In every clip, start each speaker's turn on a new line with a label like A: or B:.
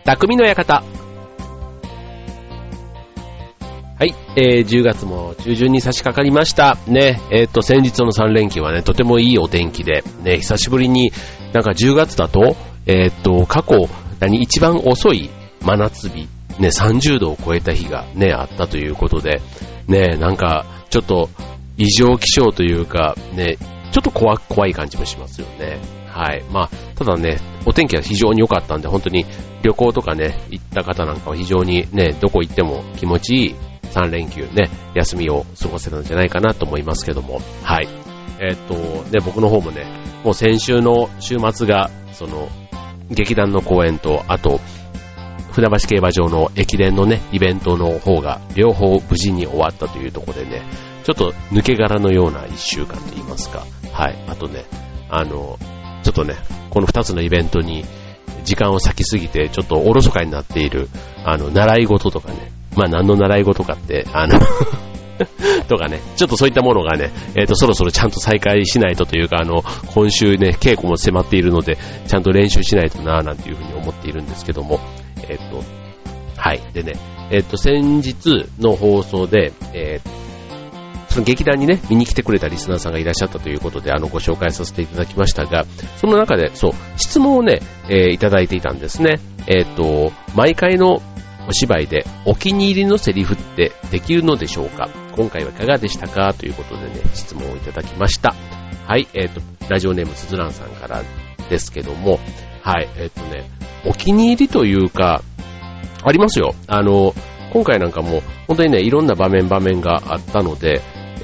A: 匠の館。はい、10月も中旬に差し掛かりましたね。先日の3連休はね、とてもいいお天気でね、久しぶりになんか10月だと過去一番遅い真夏日ね、30度を超えた日がねあったということでね、なんかちょっと異常気象というかね、ちょっと怖い感じもしますよね。はい。まあ、ただね、お天気は非常に良かったんで、本当に旅行とかね、行った方なんかは非常にね、どこ行っても気持ちいい3連休ね、休みを過ごせたんじゃないかなと思いますけども。はい。ね、僕の方もね、もう先週の週末が、劇団の公演と、あと、船橋競馬場の駅伝のね、イベントの方が、両方無事に終わったというところでね、ちょっと抜け殻のような1週間と言いますか。はい。あとね、ちょっとね、この2つのイベントに時間を割きすぎて、ちょっとおろそかになっている、習い事とかね、まあ何の習い事かって、とかね、ちょっとそういったものがね、そろそろちゃんと再開しないとというか、今週ね、稽古も迫っているので、ちゃんと練習しないとなぁなんていうふうに思っているんですけども、はい。でね、先日の放送で、その劇団にね、見に来てくれたリスナーさんがいらっしゃったということで、ご紹介させていただきましたが、その中で、質問をね、いただいていたんですね。毎回のお芝居でお気に入りのセリフってできるのでしょうか？今回はいかがでしたか？ということでね、質問をいただきました。はい、ラジオネームすずらんさんからですけども、はい、お気に入りというか、ありますよ。今回なんかも本当にね、いろんな場面があったので、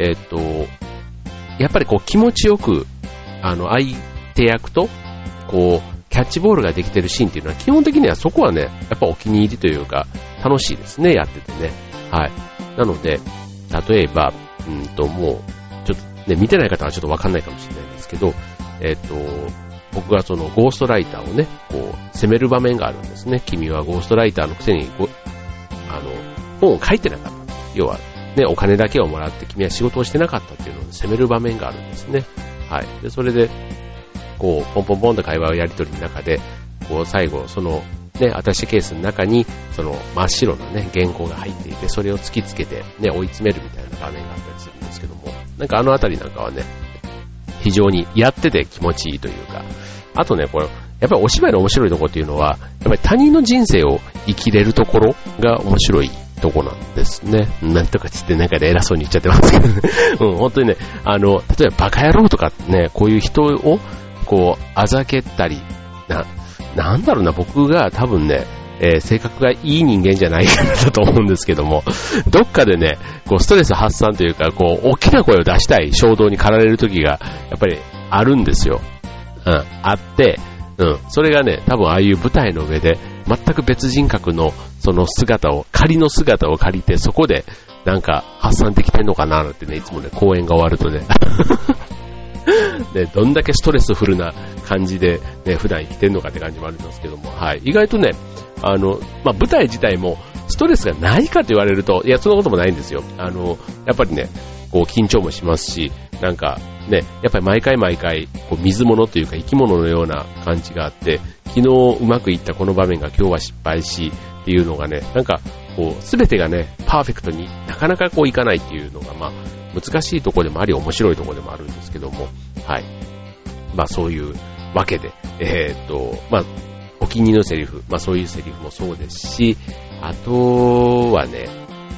A: やっぱりこう気持ちよく、相手役と、こう、キャッチボールができてるシーンっていうのは基本的にはそこはね、やっぱお気に入りというか楽しいですね、やっててね。はい。なので、例えば、もう、ちょっとね、見てない方はちょっとわかんないかもしれないんですけど、僕がそのゴーストライターをね、こう、責める場面があるんですね。君はゴーストライターのくせに本を書いてなかった。要は、ね、お金だけをもらって君は仕事をしてなかったっていうのを責める場面があるんですね。はい。で、それで、こう、ポンポンポンと会話をやり取りの中で、こう、最後、ね、アタッシェケースの中に、真っ白なね、原稿が入っていて、それを突きつけて、ね、追い詰めるみたいな場面があったりするんですけども、なんかあたりなんかはね、非常にやってて気持ちいいというか、あとね、これ、やっぱりお芝居の面白いところっていうのは、やっぱり他人の人生を生きれるところが面白いとこなんですね。なんとかつってなんかで偉そうに言っちゃってますけどね。うん、本当にね、例えばバカ野郎とかね、こういう人を、こう、あざけたり、なんだろうな、僕が多分ね、性格がいい人間じゃないかなと思うんですけども、どっかでね、こうストレス発散というか、こう大きな声を出したい衝動に駆られる時がやっぱりあるんですよ。あって、それがね、多分ああいう舞台の上で全く別人格のその仮の姿を借りて、そこでなんか発散できてんのかなってね、いつもね、公演が終わるとね。ね、どんだけストレスフルな感じで、ね、普段生きてんのかって感じもありますけども、はい、意外とね、舞台自体もストレスがないかと言われると、いや、そんなこともないんですよ。やっぱりね、こう緊張もしますし、なんかね、やっぱり毎回、こう水物というか生き物のような感じがあって、昨日うまくいったこの場面が今日は失敗しっていうのがね、なんかこう全てがね、パーフェクトになかなかこういかないっていうのが、まあ難しいところでもあり面白いところでもあるんですけども、はい。まあそういうわけで、まあお気に入りのセリフ、まあそういうセリフもそうですし、あとはね、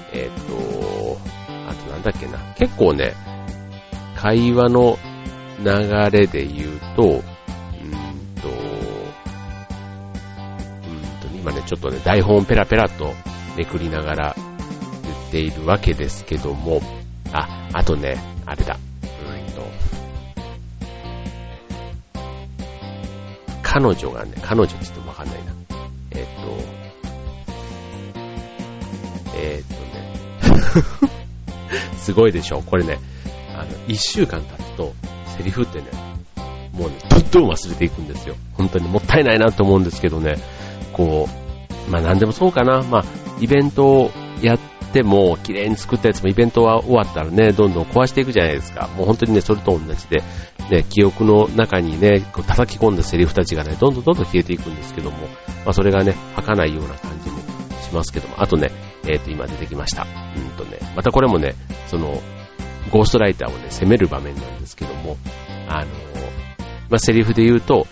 A: あとなんだっけな、結構ね、会話の流れで言うと、今ね、ちょっとね、台本ペラペラとめくりながら言っているわけですけども、あとね、あれだ、彼女って言ってもわかんないな。すごいでしょ。これね、1週間経つと、セリフってね、もうね、どんどん忘れていくんですよ。本当にもったいないなと思うんですけどね、こう、まあ何でもそうかな。まあ、イベントをやっっても綺麗に作ったやつもイベントは終わったらね、どんどん壊していくじゃないですか。もう本当にね、それと同じで、ね、記憶の中にね、こう叩き込んだセリフたちがね、どんどん消えていくんですけども、まあそれがね、儚いような感じもしますけども、あとね、今出てきました。またこれもね、その、ゴーストライターをね、責める場面なんですけども、まあセリフで言うと、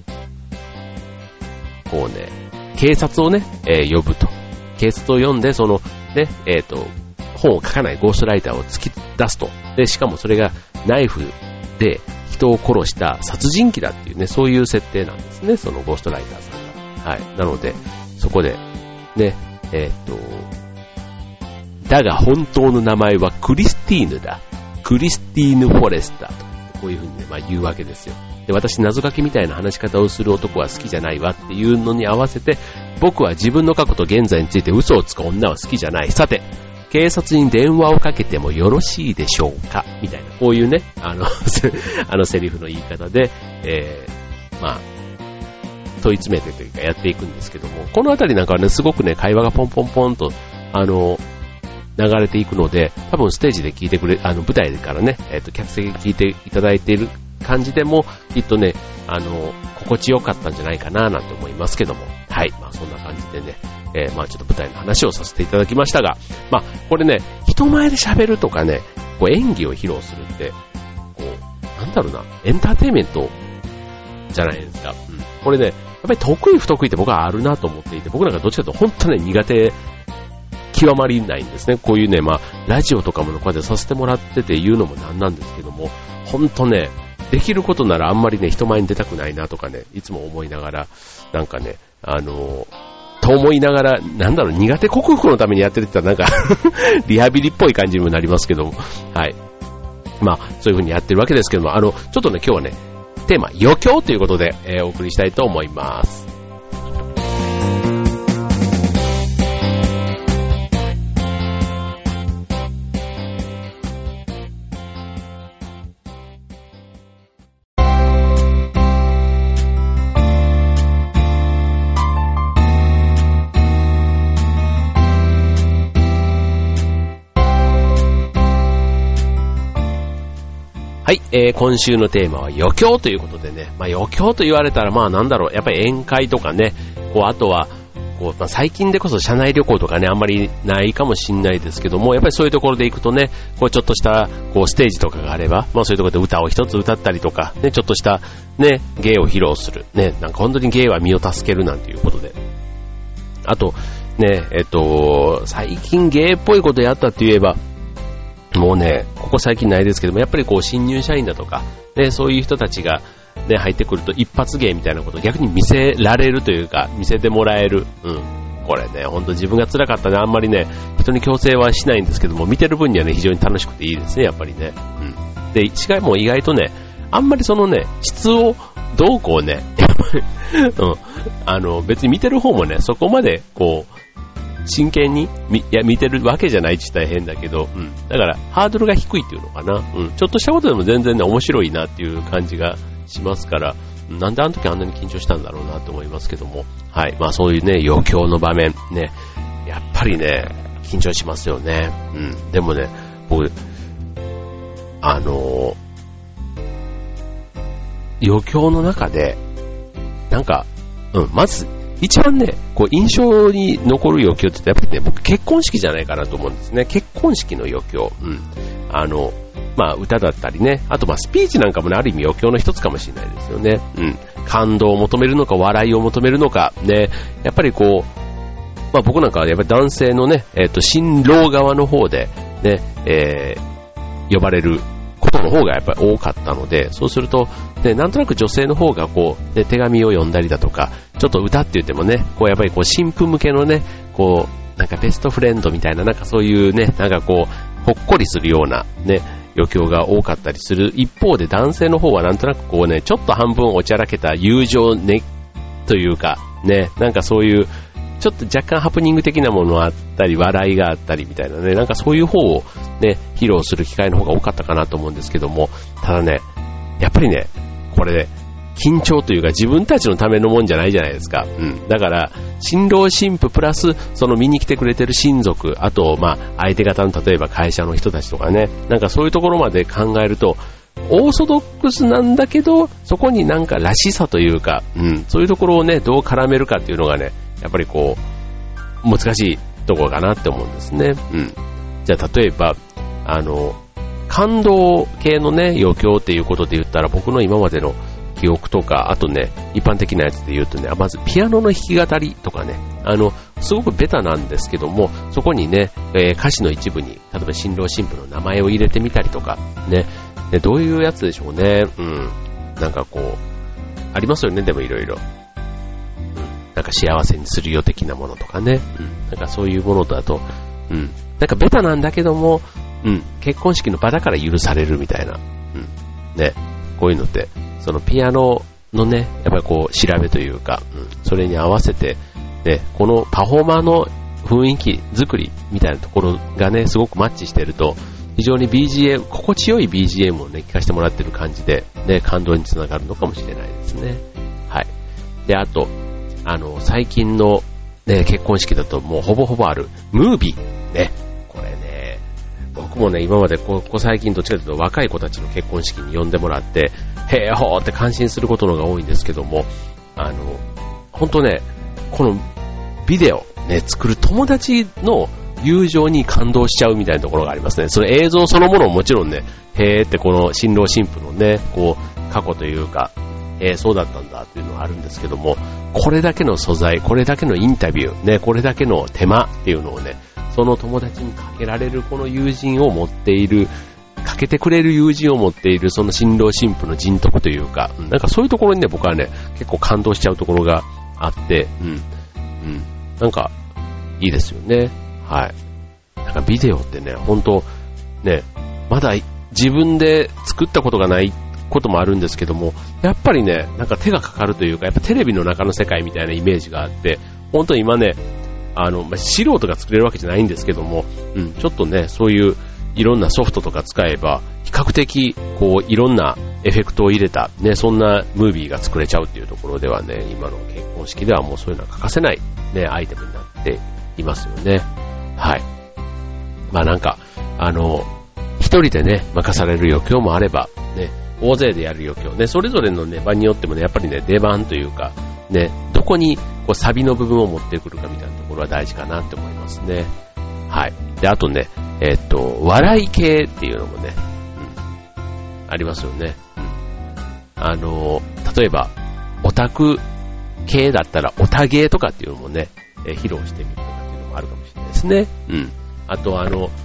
A: こうね、警察をね、呼ぶと。警察を呼んで、その、ね、本を書かないゴーストライターを突き出すと。で、しかもそれがナイフで人を殺した殺人鬼だっていうね、そういう設定なんですね、そのゴーストライターさんが。はい。なので、そこで、ね、だが本当の名前はクリスティーヌだ。クリスティーヌ・フォレスターと。こういうふうにね、まあ言うわけですよ。で、私、謎書きみたいな話し方をする男は好きじゃないわっていうのに合わせて、僕は自分の過去と現在について嘘をつく女は好きじゃない。さて、警察に電話をかけてもよろしいでしょうかみたいな、こういうね、セリフの言い方で、まあ、問い詰めてというかやっていくんですけども、このあたりなんかはね、すごくね、会話がポンポンポンと、流れていくので、多分ステージで聞いてくれ、舞台からね、客席で聞いていただいている感じでも、きっとね、心地よかったんじゃないかななんて思いますけども、はい、まあそんな感じでね、まあちょっと舞台の話をさせていただきましたが、まあこれね、人前で喋るとかね、こう演技を披露するって、こう、なんだろうな、エンターテインメントじゃないですか。これね、やっぱり得意不得意って僕はあるなと思っていて、僕なんかどっちかというと本当ね、苦手、極まりないんですね。こういうね、まあ、ラジオとかもこうやってさせてもらってて言うのもなんなんですけども、本当ね、できることならあんまりね、人前に出たくないなとかね、いつも思いながら、なんかね、と思いながら、なんだろう、苦手克服のためにやってるって言ったらなんか、リハビリっぽい感じにもなりますけども、はい。まあ、そういう風にやってるわけですけども、ちょっとね、今日はね、テーマ、余興ということで、お送りしたいと思います。はい、今週のテーマは余興ということでね、まあ余興と言われたらまあなんだろう、やっぱり宴会とかね、こうあとはこう、まあ、最近でこそ社内旅行とかねあんまりないかもしんないですけども、やっぱりそういうところで行くとね、こうちょっとしたこうステージとかがあれば、まあそういうところで歌を一つ歌ったりとかね、ちょっとしたね芸を披露するね、なんか本当に芸は身を助けるなんていうことで、あとね最近芸っぽいことやったって言えば。もうね、ここ最近ないですけども、やっぱりこう新入社員だとか、ね、そういう人たちが、ね、入ってくると一発芸みたいなことを逆に見せられるというか、見せてもらえる。これね、ほんと自分が辛かったね、あんまりね、人に強制はしないんですけども、見てる分にはね、非常に楽しくていいですね、やっぱりね。で、違いも意外とね、あんまりそのね、質をどうこうね、やっぱり、別に見てる方もね、そこまでこう、真剣に見てるわけじゃないって言ったら変だけど、だからハードルが低いっていうのかな、ちょっとしたことでも全然ね面白いなっていう感じがしますから、なんであの時あんなに緊張したんだろうなと思いますけども、はい、まあそういうね余興の場面ね、やっぱりね緊張しますよね。でもね、僕余興の中でなんかまず一番ね、こう印象に残る余興ってやっぱりね、僕結婚式じゃないかなと思うんですね。結婚式の余興。まあ歌だったりね、あとまあスピーチなんかもね、ある意味余興の一つかもしれないですよね。感動を求めるのか、笑いを求めるのか、ね、やっぱりこう、まあ僕なんかはやっぱり男性のね、新郎側の方でね、呼ばれることの方がやっぱり多かったので、そうすると、ね、なんとなく女性の方がこう、ね、手紙を読んだりだとか、ちょっと歌って言ってもね、こうやっぱりこう新婦向けのね、こうなんかベストフレンドみたいな、なんかそういうね、なんかこうほっこりするようなね余興が多かったりする一方で、男性の方はなんとなくこうね、ちょっと半分おちゃらけた友情ねというかね、なんかそういうちょっと若干ハプニング的なものがあったり、笑いがあったりみたいなね、なんかそういう方をね披露する機会の方が多かったかなと思うんですけども、ただね、やっぱりね、これ緊張というか自分たちのためのもんじゃないじゃないですか。だから、新郎新婦プラス、その見に来てくれてる親族、あと、相手方の例えば会社の人たちとかね、なんかそういうところまで考えると、オーソドックスなんだけど、そこになんからしさというか、そういうところをね、どう絡めるかっていうのがね、やっぱりこう、難しいところかなって思うんですね。じゃあ例えば、感動系のね、余興っていうことで言ったら、僕の今までの記憶とか、あとね、一般的なやつで言うとね、まずピアノの弾き語りとかね、すごくベタなんですけども、そこにね、歌詞の一部に、例えば新郎新婦の名前を入れてみたりとか、ね、でどういうやつでしょうね。なんかこう、ありますよね、でもいろいろ。なんか幸せにするよ的なものとかね。なんかそういうものだと、なんかベタなんだけども、結婚式の場だから許されるみたいな。ね、こういうのって、そのピアノのね、やっぱりこう調べというか、それに合わせて、ね、このパフォーマーの雰囲気作りみたいなところがね、すごくマッチしてると、非常に BGM、心地よい BGM をね、聞かせてもらってる感じで、ね、感動につながるのかもしれないですね。はい。で、あと、最近の、ね、結婚式だともうほぼほぼある、ムービー。ね。これね、僕もね、今までここ最近どっちかというと若い子たちの結婚式に呼んでもらって、へーほーって感心することのが多いんですけども、ほんとね、このビデオ、ね、作る友達の友情に感動しちゃうみたいなところがありますね。その映像そのものももちろんね、へーってこの新郎新婦のね、こう、過去というか、そうだったんだっていうのはあるんですけども、これだけの素材、これだけのインタビュー、ね、これだけの手間っていうのをね、その友達にかけられるこの友人を持っている、かけてくれる友人を持っているその新郎新婦の人徳というか、なんかそういうところにね、僕はね、結構感動しちゃうところがあって、なんか、いいですよね。はい。なんかビデオってね、本当ね、まだ自分で作ったことがないこともあるんですけども、やっぱりね、なんか手がかかるというか、やっぱテレビの中の世界みたいなイメージがあって、本当に今ね、素人が作れるわけじゃないんですけども、ちょっとね、そういういろんなソフトとか使えば、比較的、こう、いろんなエフェクトを入れた、ね、そんなムービーが作れちゃうっていうところではね、今の結婚式ではもうそういうのは欠かせない、ね、アイテムになっていますよね。はい。なんか、一人でね、任される余興もあれば、ね、大勢でやる余興ね、それぞれのね、場によってもね、やっぱりね、出番というか、ね、どこにこうサビの部分を持ってくるかみたいなところは大事かなって思いますね。はい。で、あとね、笑い系っていうのもね、ありますよね。例えば、オタク系だったら、オタ芸とかっていうのもね、披露してみるとかっていうのもあるかもしれないですね。あとあと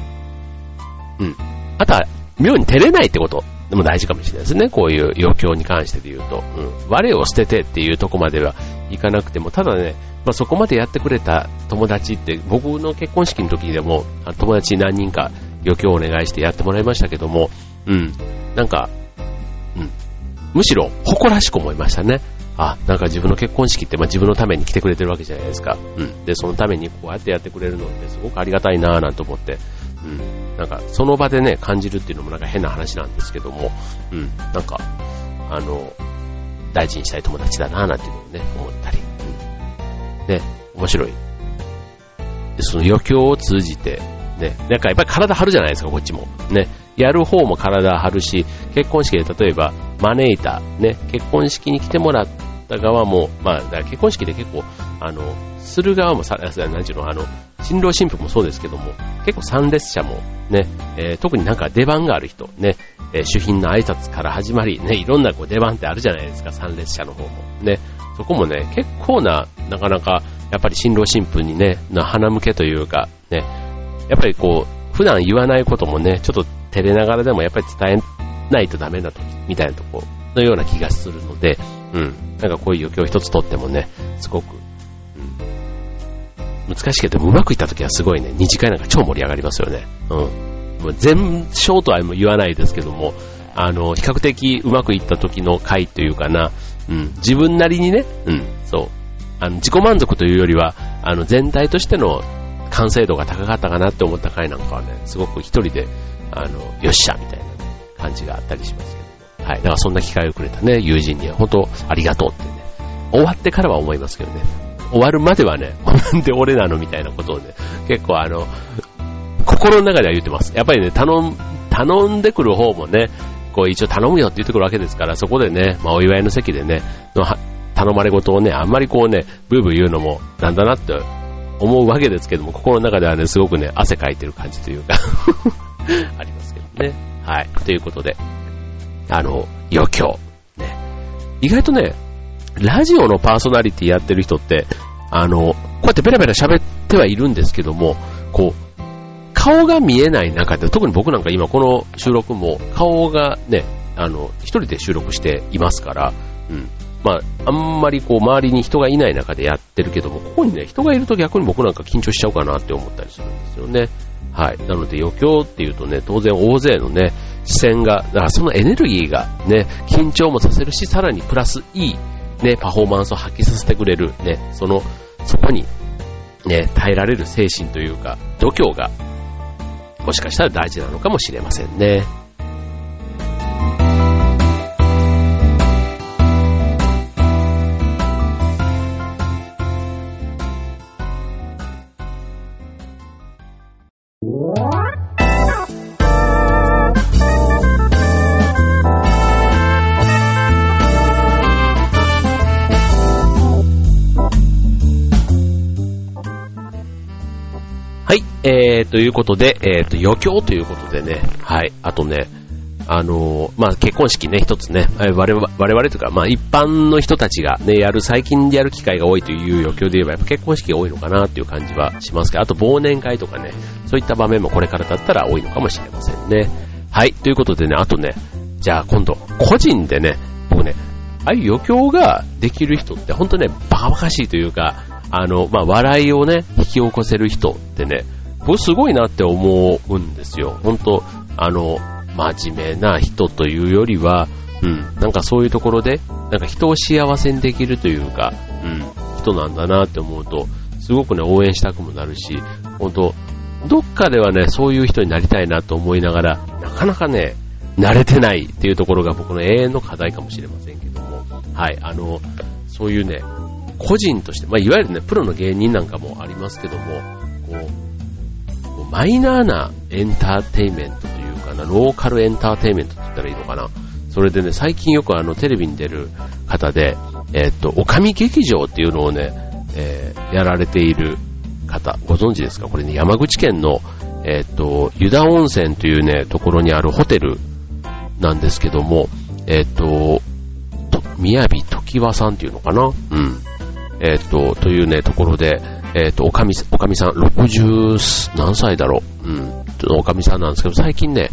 A: は、妙に照れないってことでも大事かもしれないですね。こういう余興に関してで言うと。我を捨ててっていうとこまではいかなくても、ただね、そこまでやってくれた友達って、僕の結婚式の時でも、友達何人か余興をお願いしてやってもらいましたけども、なんか、むしろ誇らしく思いましたね。なんか自分の結婚式って、自分のために来てくれてるわけじゃないですか。で、そのためにこうやってやってくれるのってすごくありがたいなぁなんて思って、なんかその場でね、感じるっていうのもなんか変な話なんですけども、なんか、大事にしたい友達だなぁなんていうのをね、思ったり、ね、面白い。で、その余興を通じて、ね、なんかやっぱり体張るじゃないですか、こっちも。ね。やる方も体張るし、結婚式で例えば招いた、ね、結婚式に来てもらった側も、だから結婚式で結構、する側もなんちゅうの、新郎新婦もそうですけども、結構参列者もね、特になんか出番がある人、ね、主賓の挨拶から始まり、ね、いろんなこう出番ってあるじゃないですか、参列者の方も。ね、そこもね、結構なかなか、やっぱり新郎新婦にね、鼻向けというか、ね、やっぱりこう、普段言わないこともね、ちょっと照れながらでもやっぱり伝えないとダメな時みたいなところのような気がするので、なんかこういう余興一つとってもね、すごく、難しいけどうまくいった時はすごいね、二次会なんか超盛り上がりますよね。もう全勝とは言わないですけども、比較的うまくいった時の回というかな、自分なりにね、そう、自己満足というよりは、全体としての完成度が高かったかなって思った回なんかはね、すごく一人で、よっしゃみたいな感じがあったりしますけども。 はい。だからそんな機会をくれたね、友人には本当ありがとうってね、終わってからは思いますけどね。終わるまではね、なんで俺なのみたいなことをね、結構心の中では言ってます。やっぱりね、頼んでくる方もね、こう一応頼むよって言ってくるわけですから、そこでね、お祝いの席でね、頼まれ事をね、あんまりこうね、ブーブー言うのもなんだなって思うわけですけども、心の中ではね、すごくね、汗かいてる感じというか、ありますけどね。はい。ということで、余興。ね。意外とね、ラジオのパーソナリティやってる人って、こうやってベラベラ喋ってはいるんですけども、こう、顔が見えない中で、特に僕なんか今この収録も顔がね、一人で収録していますから、うん。あんまりこう周りに人がいない中でやってるけども、ここにね、人がいると逆に僕なんか緊張しちゃうかなって思ったりするんですよね。はい。なので余興っていうとね、当然大勢のね、視線が、だからそのエネルギーがね、緊張もさせるし、さらにプラスいいね、パフォーマンスを発揮させてくれるね、そこにね、耐えられる精神というか、度胸が、もしかしたら大事なのかもしれませんね。はい、ということで、余興ということでね、はい、あとね、結婚式ね、一つね、我々というか、一般の人たちがね、最近やる機会が多いという余興で言えば、やっぱ結婚式が多いのかなっていう感じはしますけど、あと忘年会とかね、そういった場面もこれからだったら多いのかもしれませんね。はい、ということでね、あとね、じゃあ今度、個人でね、僕ね、ああいう余興ができる人って本当ね、バカバカしいというか、笑いをね、引き起こせる人ってね、僕すごいなって思うんですよ。本当真面目な人というよりは、なんかそういうところで、なんか人を幸せにできるというか、人なんだなって思うと、すごくね、応援したくもなるし、本当どっかではね、そういう人になりたいなと思いながら、なかなかね、慣れてないっていうところが僕の永遠の課題かもしれませんけども、はい、そういうね、個人として、いわゆるね、プロの芸人なんかもありますけども、こうマイナーなエンターテイメントというかな、ローカルエンターテイメントって言ったらいいのかな。それでね、最近よくテレビに出る方で、おかみ劇場っていうのをね、やられている方、ご存知ですか？これね、山口県の、湯田温泉というね、ところにあるホテルなんですけども、宮城時和さんっていうのかな？というね、ところで、おかみさん、60何歳だろう、おかみさんなんですけど、最近ね、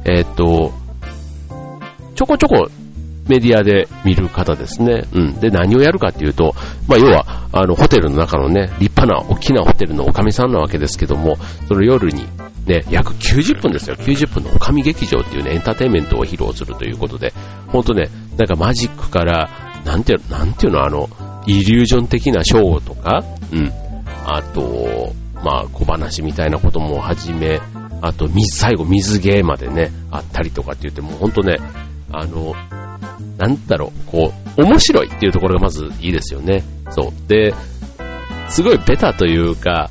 A: ちょこちょこメディアで見る方ですね。で、何をやるかっていうと、要は、ホテルの中のね、立派な大きなホテルのおかみさんなわけですけども、その夜に、ね、約90分ですよ。90分のおかみ劇場っていうね、エンターテインメントを披露するということで、ほんとね、なんかマジックから、なんていうの、イリュージョン的なショーとか、あと、小話みたいなこともはじめ、あと、最後、水芸までね、あったりとかって言って、もうほんとね、なんだろう、こう、面白いっていうところがまずいいですよね。そう。で、すごいベタというか、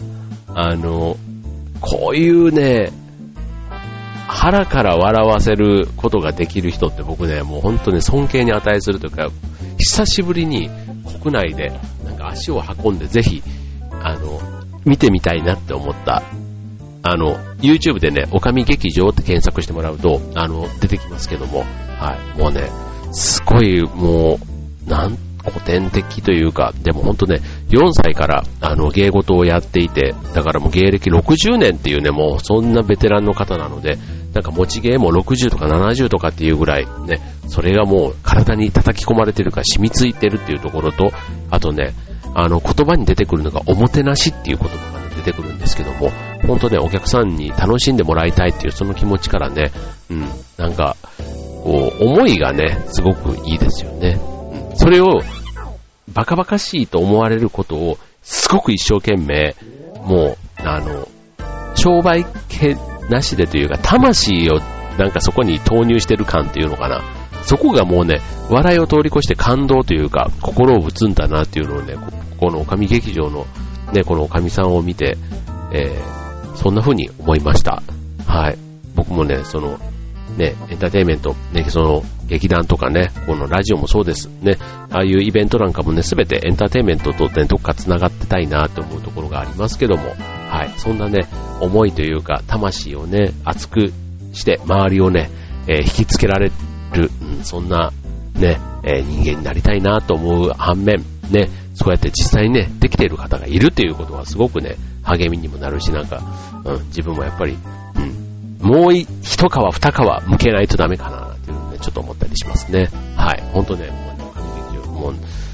A: こういうね、腹から笑わせることができる人って僕ね、もう本当に尊敬に値するというか、久しぶりに国内でなんか足を運んでぜひ、見てみたいなって思った、YouTube でね、おかみ劇場って検索してもらうと、出てきますけども、はい、もうね、すごいもう、古典的というか、でも本当ね、4歳から芸事をやっていて、だからもう芸歴60年っていうね、もうそんなベテランの方なので、なんか持ち芸も60とか70とかっていうぐらいね、それがもう体に叩き込まれてるから染みついてるっていうところと、あとね、言葉に出てくるのがおもてなしっていう言葉が、ね、出てくるんですけども、本当ね、お客さんに楽しんでもらいたいっていうその気持ちからね、なんかこう思いがね、すごくいいですよね。それをバカバカしいと思われることをすごく一生懸命、もう商売系なしでというか、魂をなんかそこに投入してる感っていうのかな、 そこがもうね、笑いを通り越して感動というか、心を打つんだなっていうのをね、この女将劇場のね、この女将さんを見て、そんな風に思いました。はい。僕もね、その、ね、エンターテインメント、ね、その劇団とかね、このラジオもそうですね、ああいうイベントなんかもね、すべてエンターテインメントとね、どっか繋がってたいなと思うところがありますけども、はい、そんなね、思いというか、魂をね、熱くして、周りをね、引きつけられる、そんなね、人間になりたいなと思う反面、ね、そうやって実際にね、できている方がいるということはすごくね、励みにもなるし、なんか、自分もやっぱり、もう一皮二皮向けないとダメかなっていうのね、ちょっと思ったりしますね。はい。ほんとね、もう、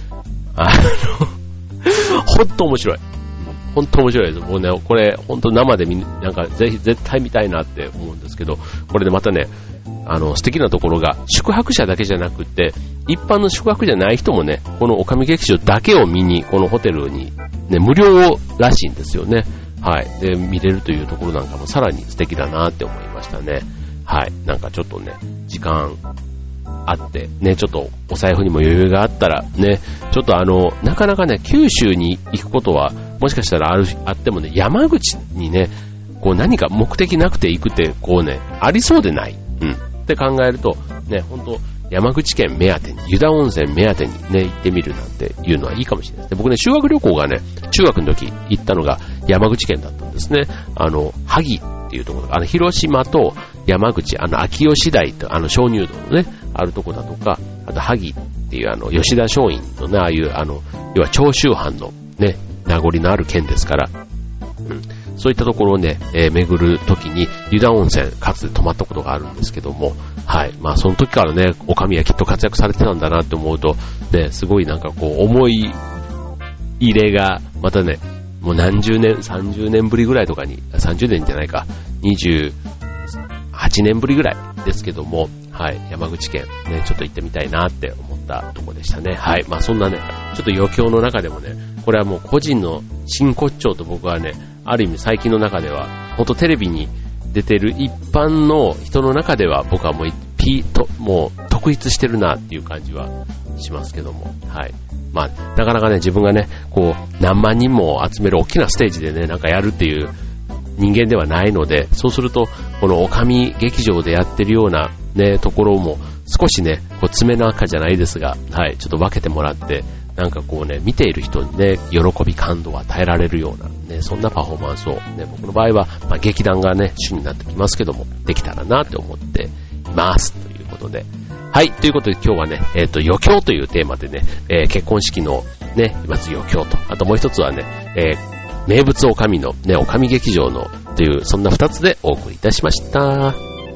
A: ほんと面白い。ほんと面白いです。もうね、これ、ほんと生でなんか絶対見たいなって思うんですけど、これでまたね、素敵なところが、宿泊者だけじゃなくって、一般の宿泊じゃない人もね、この女将劇場だけを見に、このホテルに、ね、無料らしいんですよね。はい。で、見れるというところなんかもさらに素敵だなって思いましたね。はい。なんかちょっとね、時間あって、ね、ちょっとお財布にも余裕があったら、ね、ちょっとなかなかね、九州に行くことは、もしかしたらあってもね、山口にね、こう何か目的なくて行くって、こうね、ありそうでない。って考えると、ね、ほんと、山口県目当てに、湯田温泉目当てにね、行ってみるなんていうのはいいかもしれないですね。僕ね、修学旅行がね、中学の時行ったのが山口県だったんですね。萩っていうところ、広島と山口、秋吉台と、鍾乳洞のね、あるとこだとか、あと萩っていう吉田松陰のね、ああいう、要は長州藩のね、名残のある県ですから、そういったところをね、巡るときに湯田温泉かつて泊まったことがあるんですけども、はい。まあその時からね、女将はきっと活躍されてたんだなって思うと、ね、すごいなんかこう思い入れが、またね、もう何十年、30年ぶりぐらいとかに、30年じゃないか、28年ぶりぐらいですけども、はい。山口県、ね、ちょっと行ってみたいなって思ったところでしたね。はい。まあそんなね、ちょっと余興の中でもね、これはもう個人の真骨頂と僕はね、ある意味最近の中では、ほんとテレビに出てる一般の人の中では僕はもう特筆してるなっていう感じはしますけども、はい。まあ、なかなかね、自分がね、こう、何万人も集める大きなステージでね、なんかやるっていう人間ではないので、そうすると、この女将劇場でやってるようなね、ところも少しね、こう爪の赤じゃないですが、はい、ちょっと分けてもらって、なんかこうね、見ている人にね、喜び感動を与えられるような、ね、そんなパフォーマンスを、ね、僕の場合は、まあ、劇団がね、主になってきますけども、できたらなって思っています。ということで。はい、ということで今日はね、余興というテーマでね、結婚式のね、まず余興と、あともう一つはね、名物女将のね、女将劇場のという、そんな二つでお送りいたしました。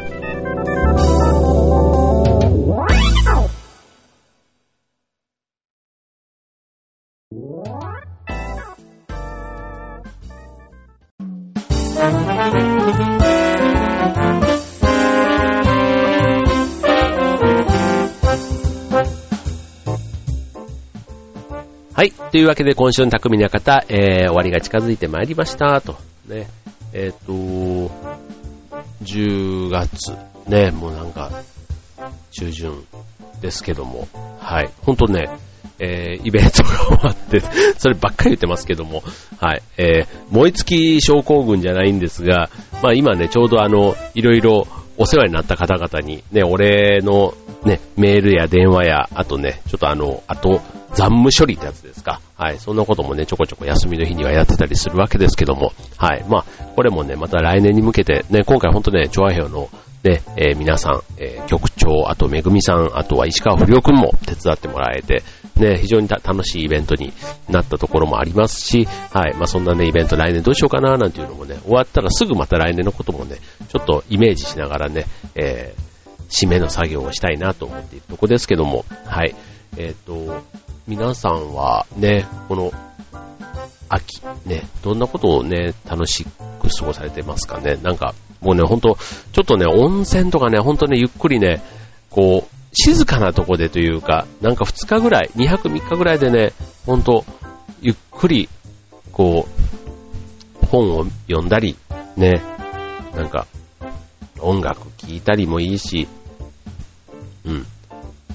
A: はい。というわけで今週の匠の館、終わりが近づいてまいりましたと。ね。10月。ね。もうなんか、中旬ですけども。はい。ほんとね、イベントが終わって、そればっかり言ってますけども。はい。燃え尽き症候群じゃないんですが、まあ今ね、ちょうどいろいろお世話になった方々に、ね、お礼のね、メールや電話や、あとね、ちょっとあと、残務処理ってやつですか。はい。そんなこともね、ちょこちょこ休みの日にはやってたりするわけですけども。はい。まあ、これもね、また来年に向けて、ね、今回ほんとね、調和表のね、皆さん、局長、あとめぐみさん、あとは石川不良くんも手伝ってもらえて、ね、非常に楽しいイベントになったところもありますし、はい。まあ、そんなね、イベント来年どうしようかな、なんていうのもね、終わったらすぐまた来年のこともね、ちょっとイメージしながらね、締めの作業をしたいなと思っているとこですけども、はい。皆さんはね、この秋、ね、どんなことをね、楽しく過ごされてますかね。なんか、もうね、ほんと、ちょっとね、温泉とかね、ほんとね、ゆっくりね、こう、静かなとこでというか、なんか2日ぐらい、2泊3日ぐらいでね、ほんと、ゆっくり、こう、本を読んだり、ね、なんか、音楽聴いたりもいいし、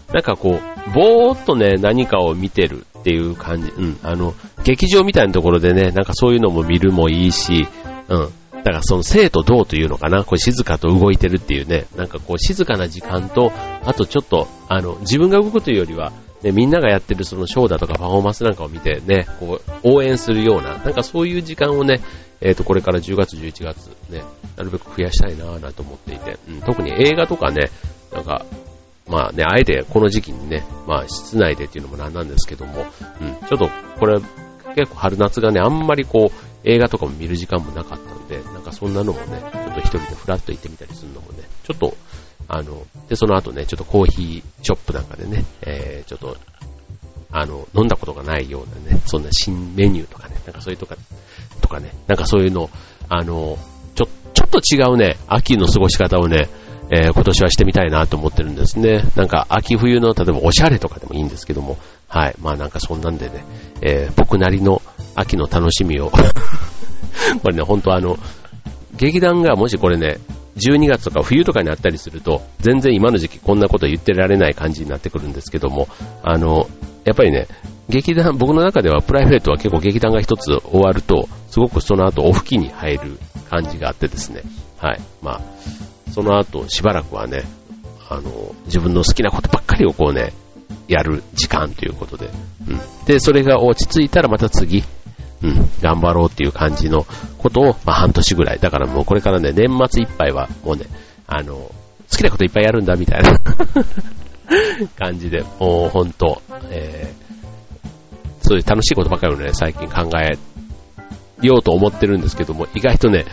A: なんかこう、ぼーっとね、何かを見てるっていう感じ。劇場みたいなところでね、なんかそういうのも見るもいいし、だからその生と動というのかな、こう静かと動いてるっていうね、なんかこう静かな時間と、あとちょっと、自分が動くというよりは、ね、みんながやってるそのショーだとかパフォーマンスなんかを見てね、こう応援するような、なんかそういう時間をね、これから10月、11月ね、なるべく増やしたいなぁなと思っていて、特に映画とかね、なんか、まあね、あえてこの時期にね、まあ室内でっていうのもなんなんですけども、ちょっとこれ結構春夏がね、あんまりこう映画とかも見る時間もなかったので、なんかそんなのもね、ちょっと一人でフラッと行ってみたりするのもね、ちょっとで、その後ね、ちょっとコーヒーショップなんかでね、ちょっと、飲んだことがないようなね、そんな新メニューとかね、なんかそういうとかね、なんかそういうの、ちょっと違うね、秋の過ごし方をね、今年はしてみたいなと思ってるんですね。なんか秋冬の例えばおしゃれとかでもいいんですけども、はい、まあなんかそんなんでね、僕なりの秋の楽しみをこれね、本当劇団がもしこれね、12月とか冬とかにあったりすると、全然今の時期こんなこと言ってられない感じになってくるんですけども、やっぱりね、劇団、僕の中ではプライベートは結構劇団が一つ終わると、すごくその後オフ期に入る感じがあってですね、はい、まあ、その後しばらくはね、自分の好きなことばっかりをこうね、やる時間ということで、で、それが落ち着いたらまた次、頑張ろうっていう感じのことを、まあ半年ぐらい。だからもうこれからね、年末いっぱいはもうね、好きなこといっぱいやるんだみたいな感じで、もうほんと、そういう楽しいことばかりをね、最近考えようと思ってるんですけども、意外とね、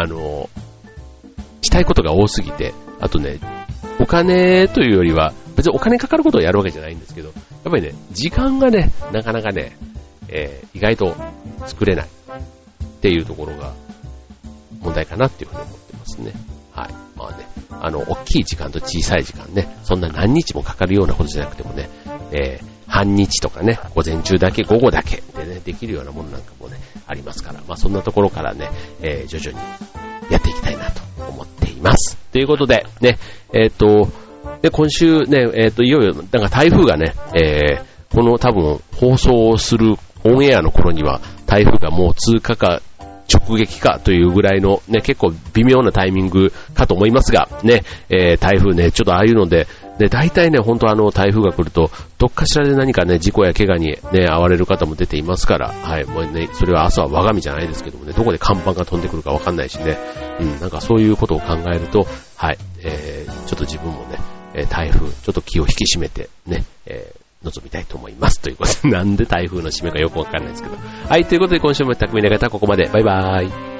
A: したいことが多すぎて、あとね、お金というよりは、別にお金かかることをやるわけじゃないんですけど、やっぱりね、時間がね、なかなかね、意外と作れないっていうところが問題かなっていうふうに思ってますね。はい。まあね、大きい時間と小さい時間ね、そんな何日もかかるようなことじゃなくてもね、半日とかね、午前中だけ、午後だけでね、できるようなものなんかもね、ありますから、まあそんなところからね、徐々にやっていきたいなと思っています。ということで、ね、で今週ね、いよいよ、なんか台風がね、この多分放送をするオンエアの頃には台風がもう通過か直撃かというぐらいのね、結構微妙なタイミングかと思いますが、ね、台風ね、ちょっとああいうので、で、大体ね、本当台風が来ると、どっかしらで何かね、事故や怪我にね、遭われる方も出ていますから、はい、もうね、それは朝は我が身じゃないですけどもね、どこで看板が飛んでくるかわかんないしね、なんかそういうことを考えると、はい、ちょっと自分もね、台風、ちょっと気を引き締めて、ね、臨みたいと思います。ということで、なんで台風の締めかよくわかんないですけど。はい、ということで今週も匠の方ここまで。バイバーイ。